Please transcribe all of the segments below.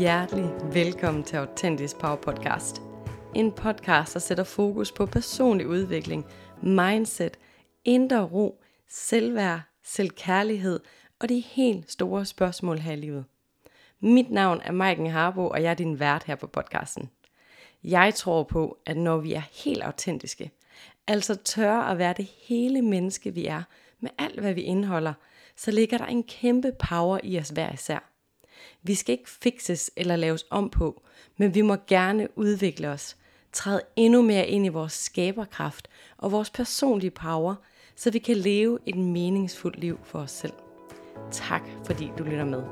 Hjertelig velkommen til Autentisk Power Podcast. En podcast, der sætter fokus på personlig udvikling, mindset, indre ro, selvværd, selvkærlighed og de helt store spørgsmål her i livet. Mit navn er Maiken Harbo, og jeg er din vært her på podcasten. Jeg tror på, at når vi er helt autentiske, altså tør at være det hele menneske vi er, med alt hvad vi indeholder, så ligger der en kæmpe power i os hver især. Vi skal ikke fikses eller laves om på, men vi må gerne udvikle os, træde endnu mere ind i vores skaberkraft og vores personlige power, så vi kan leve et meningsfuldt liv for os selv. Tak fordi du lytter med.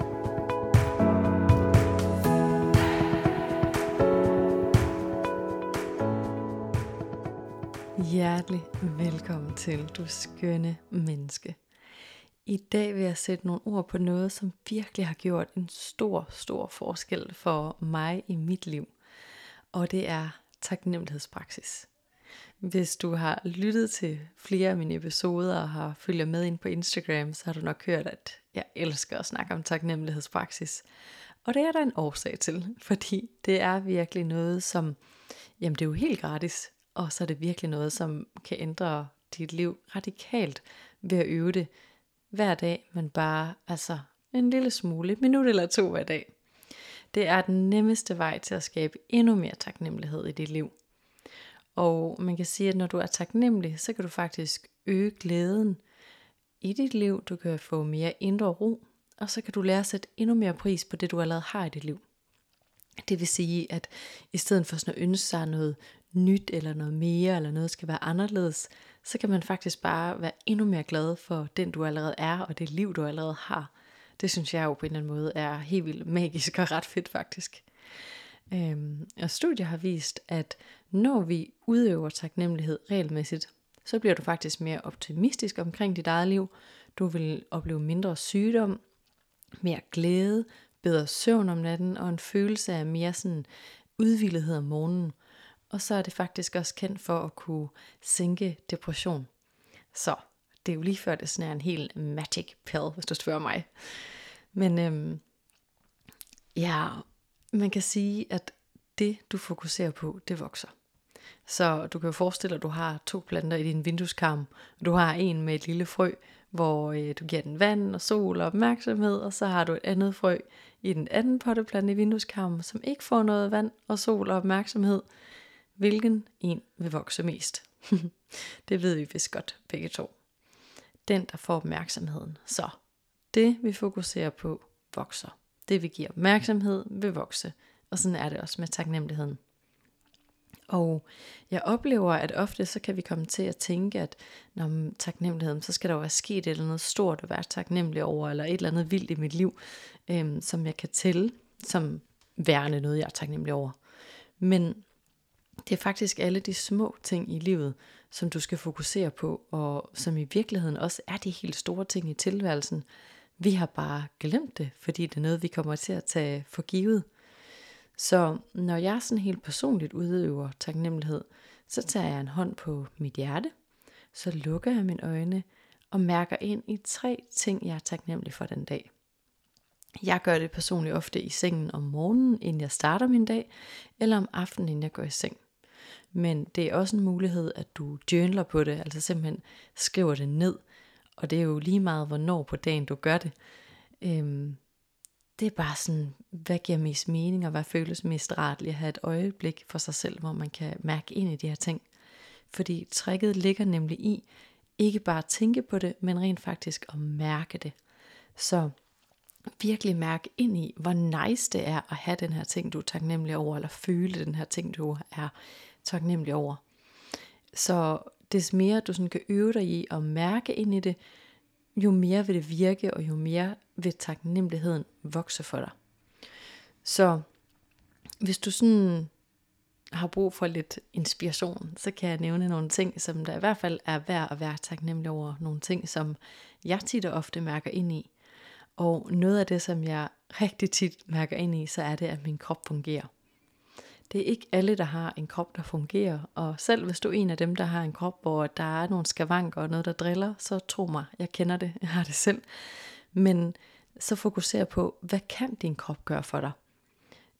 Hjertelig velkommen til, du skønne menneske. I dag vil jeg sætte nogle ord på noget, som virkelig har gjort en stor forskel for mig i mit liv. Og det er taknemmelighedspraksis. Hvis du har lyttet til flere af mine episoder og har følger med ind på Instagram, så har du nok hørt, at jeg elsker at snakke om taknemmelighedspraksis. Og det er der en årsag til, fordi det er virkelig noget, som, jamen det er jo helt gratis. Og så er det virkelig noget, som kan ændre dit liv radikalt ved at øve det hver dag, men bare en lille smule, et minut eller to hver dag. Det er den nemmeste vej til at skabe endnu mere taknemmelighed i dit liv. Og man kan sige, at når du er taknemmelig, så kan du faktisk øge glæden i dit liv. Du kan få mere indre ro, og så kan du lære at sætte endnu mere pris på det, du allerede har i dit liv. Det vil sige, at i stedet for sådan at ønske sig noget nyt eller noget mere, eller noget skal være anderledes, så kan man faktisk bare være endnu mere glad for den du allerede er, og det liv du allerede har. Det synes jeg jo på en eller anden måde er helt vildt magisk og ret fedt faktisk. Og studier har vist, at når vi udøver taknemmelighed regelmæssigt, så bliver du faktisk mere optimistisk omkring dit eget liv. Du vil opleve mindre sygdom, mere glæde, bedre søvn om natten, og en følelse af mere sådan udhvilethed om morgenen. Og så er det faktisk også kendt for at kunne sænke depression. Så det er jo lige før det sådan er en helt magic pill, hvis du spørger mig. Men man kan sige, at det du fokuserer på, det vokser. Så du kan jo forestille dig, at du har 2 planter i din vindueskarm. Du har en med et lille frø, hvor du giver den vand og sol og opmærksomhed. Og så har du et andet frø i den anden potteplante i vindueskarmen, som ikke får noget vand og sol og opmærksomhed. Hvilken en vil vokse mest? Det ved vi vist godt begge to. Den der får opmærksomheden. Så det vi fokuserer på vokser. Det vi giver opmærksomhed vil vokse. Og sådan er det også med taknemmeligheden. Og jeg oplever, at ofte så kan vi komme til at tænke, at når taknemmeligheden, så skal der jo være sket et eller andet stort at være taknemmelig over, eller et eller andet vildt i mit liv, som jeg kan tælle, som værende noget, jeg er taknemmelig over. Men det er faktisk alle de små ting i livet, som du skal fokusere på, og som i virkeligheden også er de helt store ting i tilværelsen. Vi har bare glemt det, fordi det er noget, vi kommer til at tage for givet. Så når jeg sådan helt personligt udøver taknemmelighed, så tager jeg en hånd på mit hjerte, så lukker jeg mine øjne og mærker ind i 3 ting, jeg er taknemmelig for den dag. Jeg gør det personligt ofte i sengen om morgenen, inden jeg starter min dag, eller om aftenen, inden jeg går i seng. Men det er også en mulighed, at du journaler på det, altså simpelthen skriver det ned. Og det er jo lige meget, hvornår på dagen du gør det. Det er bare sådan, hvad giver mest mening, og hvad føles mest rart lige at have et øjeblik for sig selv, hvor man kan mærke ind i de her ting. Fordi tricket ligger nemlig i, ikke bare at tænke på det, men rent faktisk at mærke det. Så virkelig mærke ind i, hvor nice det er at have den her ting, du er taknemmelig over, eller føle den her ting, du er taknemmelig over. Så des mere du sådan kan øve dig i at mærke ind i det, jo mere vil det virke, og jo mere vil taknemmeligheden vokse for dig. Så hvis du sådan har brug for lidt inspiration, så kan jeg nævne nogle ting, som der i hvert fald er værd at være taknemmelig over. Nogle ting, som jeg tit og ofte mærker ind i. Og noget af det, som jeg rigtig tit mærker ind i, så er det, at min krop fungerer. Det er ikke alle, der har en krop, der fungerer. Og selv hvis du er en af dem, der har en krop, hvor der er nogle skavanker og noget, der driller, så tro mig, jeg kender det, jeg har det selv. Men så fokuser på, hvad kan din krop gøre for dig?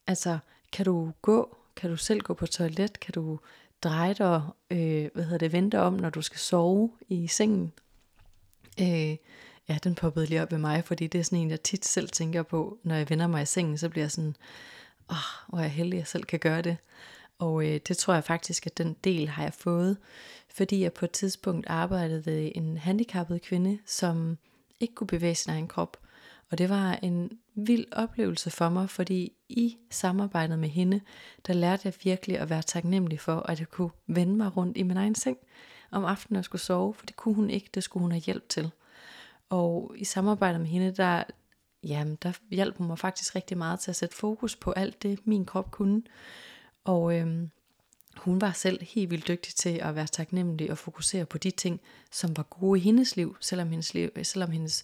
Altså, kan du gå? Kan du selv gå på toilet? Kan du dreje dig, vente om, når du skal sove i sengen? Ja, den poppede lige op ved mig, fordi det er sådan en, jeg tit selv tænker på, når jeg vender mig i sengen, så bliver jeg sådan, hvor er jeg heldig, at jeg selv kan gøre det. Og det tror jeg faktisk, at den del har jeg fået, fordi jeg på et tidspunkt arbejdede ved en handicappet kvinde, som ikke kunne bevæge sin egen krop. Og det var en vild oplevelse for mig, fordi i samarbejdet med hende, der lærte jeg virkelig at være taknemmelig for, at jeg kunne vende mig rundt i min egen seng om aftenen, når jeg skulle sove, for det kunne hun ikke, det skulle hun have hjælp til. Og i samarbejdet med hende, der hjalp hun mig faktisk rigtig meget til at sætte fokus på alt det, min krop kunne. Og hun var selv helt vildt dygtig til at være taknemmelig og fokusere på de ting, som var gode i hendes liv, selvom hendes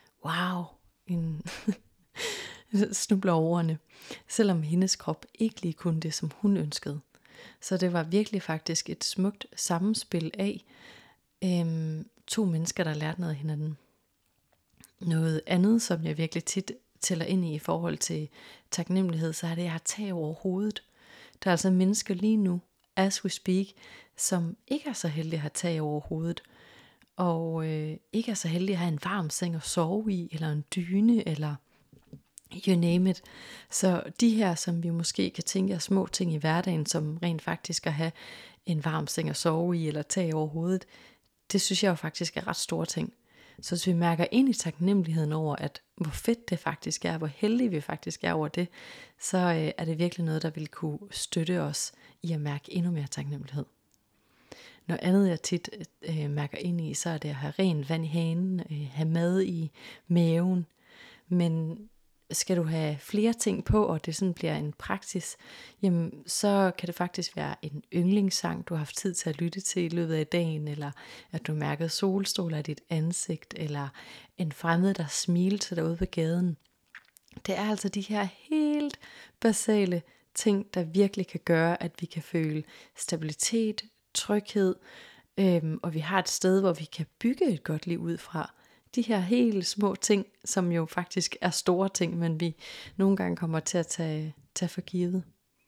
snubler over ordene, selvom hendes krop ikke lige kunne det, som hun ønskede. Så det var virkelig faktisk et smukt sammenspil af to mennesker, der lærte noget af hinanden. Noget andet, som jeg virkelig tit tæller ind i forhold til taknemmelighed, så er det, at jeg har tag over hovedet. Der er altså mennesker lige nu, as we speak, som ikke er så heldige at have tag over hovedet, og ikke er så heldige at have en varm seng at sove i, eller en dyne, eller you name it. Så de her, som vi måske kan tænke er små ting i hverdagen, som rent faktisk at have en varm seng at sove i, eller tag over hovedet, det synes jeg jo faktisk er ret store ting. Så hvis vi mærker ind i taknemmeligheden over, at hvor fedt det faktisk er, hvor heldige vi faktisk er over det, så er det virkelig noget, der vil kunne støtte os i at mærke endnu mere taknemmelighed. Noget andet, jeg tit mærker ind i, så er det at have rent vand i hanen, have mad i maven. Men skal du have flere ting på, og det sådan bliver en praksis, jamen så kan det faktisk være en yndlingssang, du har haft tid til at lytte til i løbet af dagen, eller at du mærker solstråler i dit ansigt, eller en fremmed, der smiler til dig ude på gaden. Det er altså de her helt basale ting, der virkelig kan gøre, at vi kan føle stabilitet, tryghed, og vi har et sted, hvor vi kan bygge et godt liv ud fra. De her helt små ting, som jo faktisk er store ting, men vi nogle gange kommer til at tage for givet.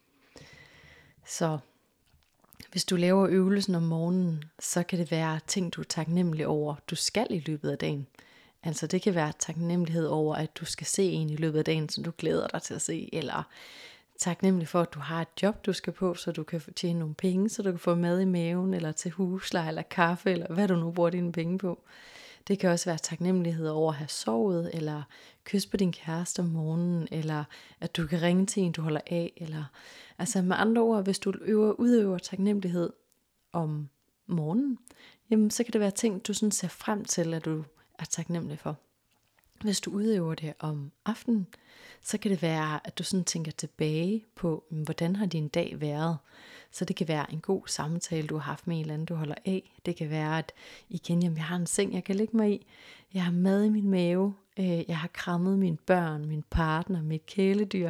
Så hvis du laver øvelsen om morgenen, så kan det være ting, du er taknemmelig over, du skal i løbet af dagen. Altså det kan være taknemmelighed over, at du skal se en i løbet af dagen, som du glæder dig til at se, eller taknemmelig for, at du har et job, du skal på, så du kan tjene nogle penge, så du kan få mad i maven, eller til husleje, eller kaffe, eller hvad du nu bruger dine penge på. Det kan også være taknemmelighed over at have sovet, eller kysse på din kæreste om morgenen, eller at du kan ringe til en, du holder af, eller altså med andre ord, hvis du udøver taknemmelighed om morgenen, jamen så kan det være ting, du sådan ser frem til, at du er taknemmelig for. Hvis du udøver det om aftenen, så kan det være, at du sådan tænker tilbage på, hvordan har din dag været. Så det kan være en god samtale, du har haft med en eller anden, du holder af. Det kan være, at jamen, jeg har en seng, jeg kan ligge mig i. Jeg har mad i min mave. Jeg har krammet mine børn, min partner, mit kæledyr.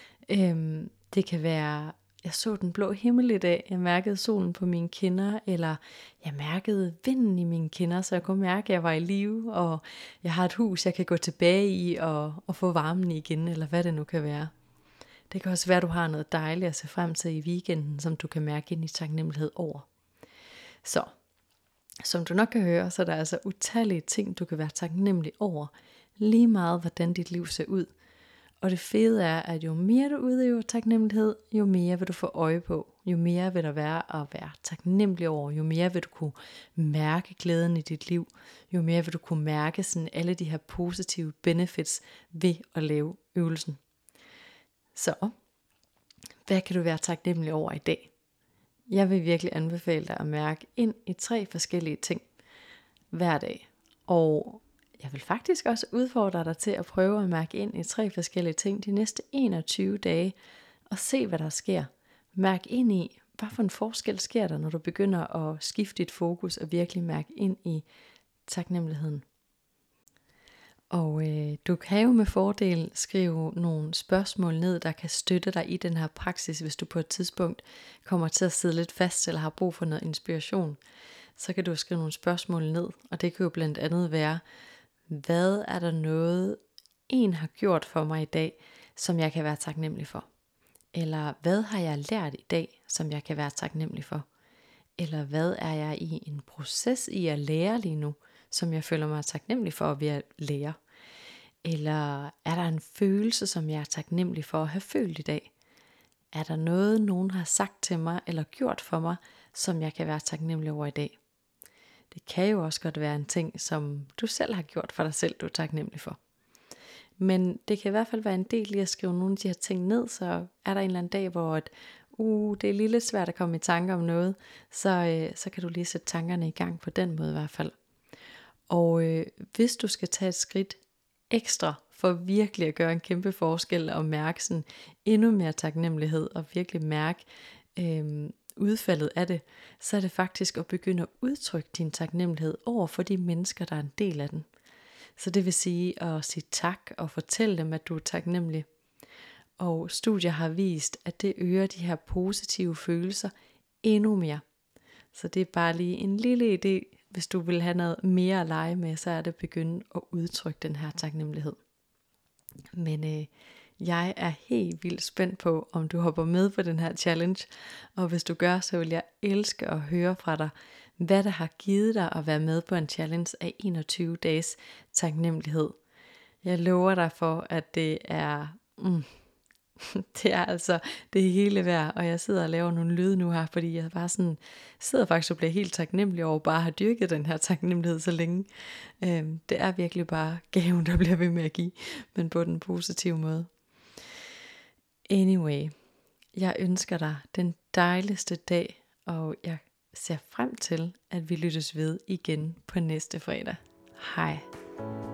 Det kan være, jeg så den blå himmel i dag, jeg mærkede solen på mine kinder, eller jeg mærkede vinden i mine kinder, så jeg kunne mærke, at jeg var i live, og jeg har et hus, jeg kan gå tilbage i og få varmen igen, eller hvad det nu kan være. Det kan også være, at du har noget dejligt at se frem til i weekenden, som du kan mærke ind i taknemmelighed over. Så, som du nok kan høre, så er der altså utallige ting, du kan være taknemmelig over, lige meget hvordan dit liv ser ud. Og det fede er, at jo mere du udøver taknemmelighed, jo mere vil du få øje på. Jo mere vil der være at være taknemmelig over. Jo mere vil du kunne mærke glæden i dit liv. Jo mere vil du kunne mærke sådan alle de her positive benefits ved at lave øvelsen. Så, hvad kan du være taknemmelig over i dag? Jeg vil virkelig anbefale dig at mærke ind i 3 forskellige ting hver dag. Og jeg vil faktisk også udfordre dig til at prøve at mærke ind i 3 forskellige ting de næste 21 dage, og se hvad der sker. Mærk ind i, hvad for en forskel sker der, når du begynder at skifte dit fokus og virkelig mærke ind i taknemmeligheden. Og du kan jo med fordel skrive nogle spørgsmål ned, der kan støtte dig i den her praksis, hvis du på et tidspunkt kommer til at sidde lidt fast eller har brug for noget inspiration. Så kan du skrive nogle spørgsmål ned, og det kan jo blandt andet være, hvad er der noget, en har gjort for mig i dag, som jeg kan være taknemmelig for? Eller hvad har jeg lært i dag, som jeg kan være taknemmelig for? Eller hvad er jeg i en proces i at lære lige nu, som jeg føler mig taknemmelig for ved at lære? Eller er der en følelse, som jeg er taknemmelig for at have følt i dag? Er der noget, nogen har sagt til mig eller gjort for mig, som jeg kan være taknemmelig over i dag? Det kan jo også godt være en ting, som du selv har gjort for dig selv, du er taknemmelig for. Men det kan i hvert fald være en del i at skrive nogle af de her ting ned, så er der en eller anden dag, hvor det er lige lidt svært at komme i tanke om noget, så kan du lige sætte tankerne i gang på den måde i hvert fald. Og hvis du skal tage et skridt ekstra for virkelig at gøre en kæmpe forskel og mærke sådan endnu mere taknemmelighed og virkelig mærke udfaldet af det, så er det faktisk at begynde at udtrykke din taknemmelighed over for de mennesker, der er en del af den. Så det vil sige at sige tak og fortælle dem, at du er taknemmelig. Og studier har vist, at det øger de her positive følelser endnu mere. Så det er bare lige en lille idé, hvis du vil have noget mere at lege med, så er det at begynde at udtrykke den her taknemmelighed. Men jeg er helt vildt spændt på, om du hopper med på den her challenge. Og hvis du gør, så vil jeg elske at høre fra dig, hvad der har givet dig at være med på en challenge af 21 dages taknemmelighed. Jeg lover dig for, at det er... det er altså det hele værd, og jeg sidder og laver nogle lyde nu her, fordi jeg bare sådan sidder faktisk og bliver helt taknemmelig over bare at have dyrket den her taknemmelighed så længe. Det er virkelig bare gaven, der bliver ved med at give, men på den positive måde. Anyway, jeg ønsker dig den dejligste dag, og jeg ser frem til, at vi lyttes ved igen på næste fredag. Hej.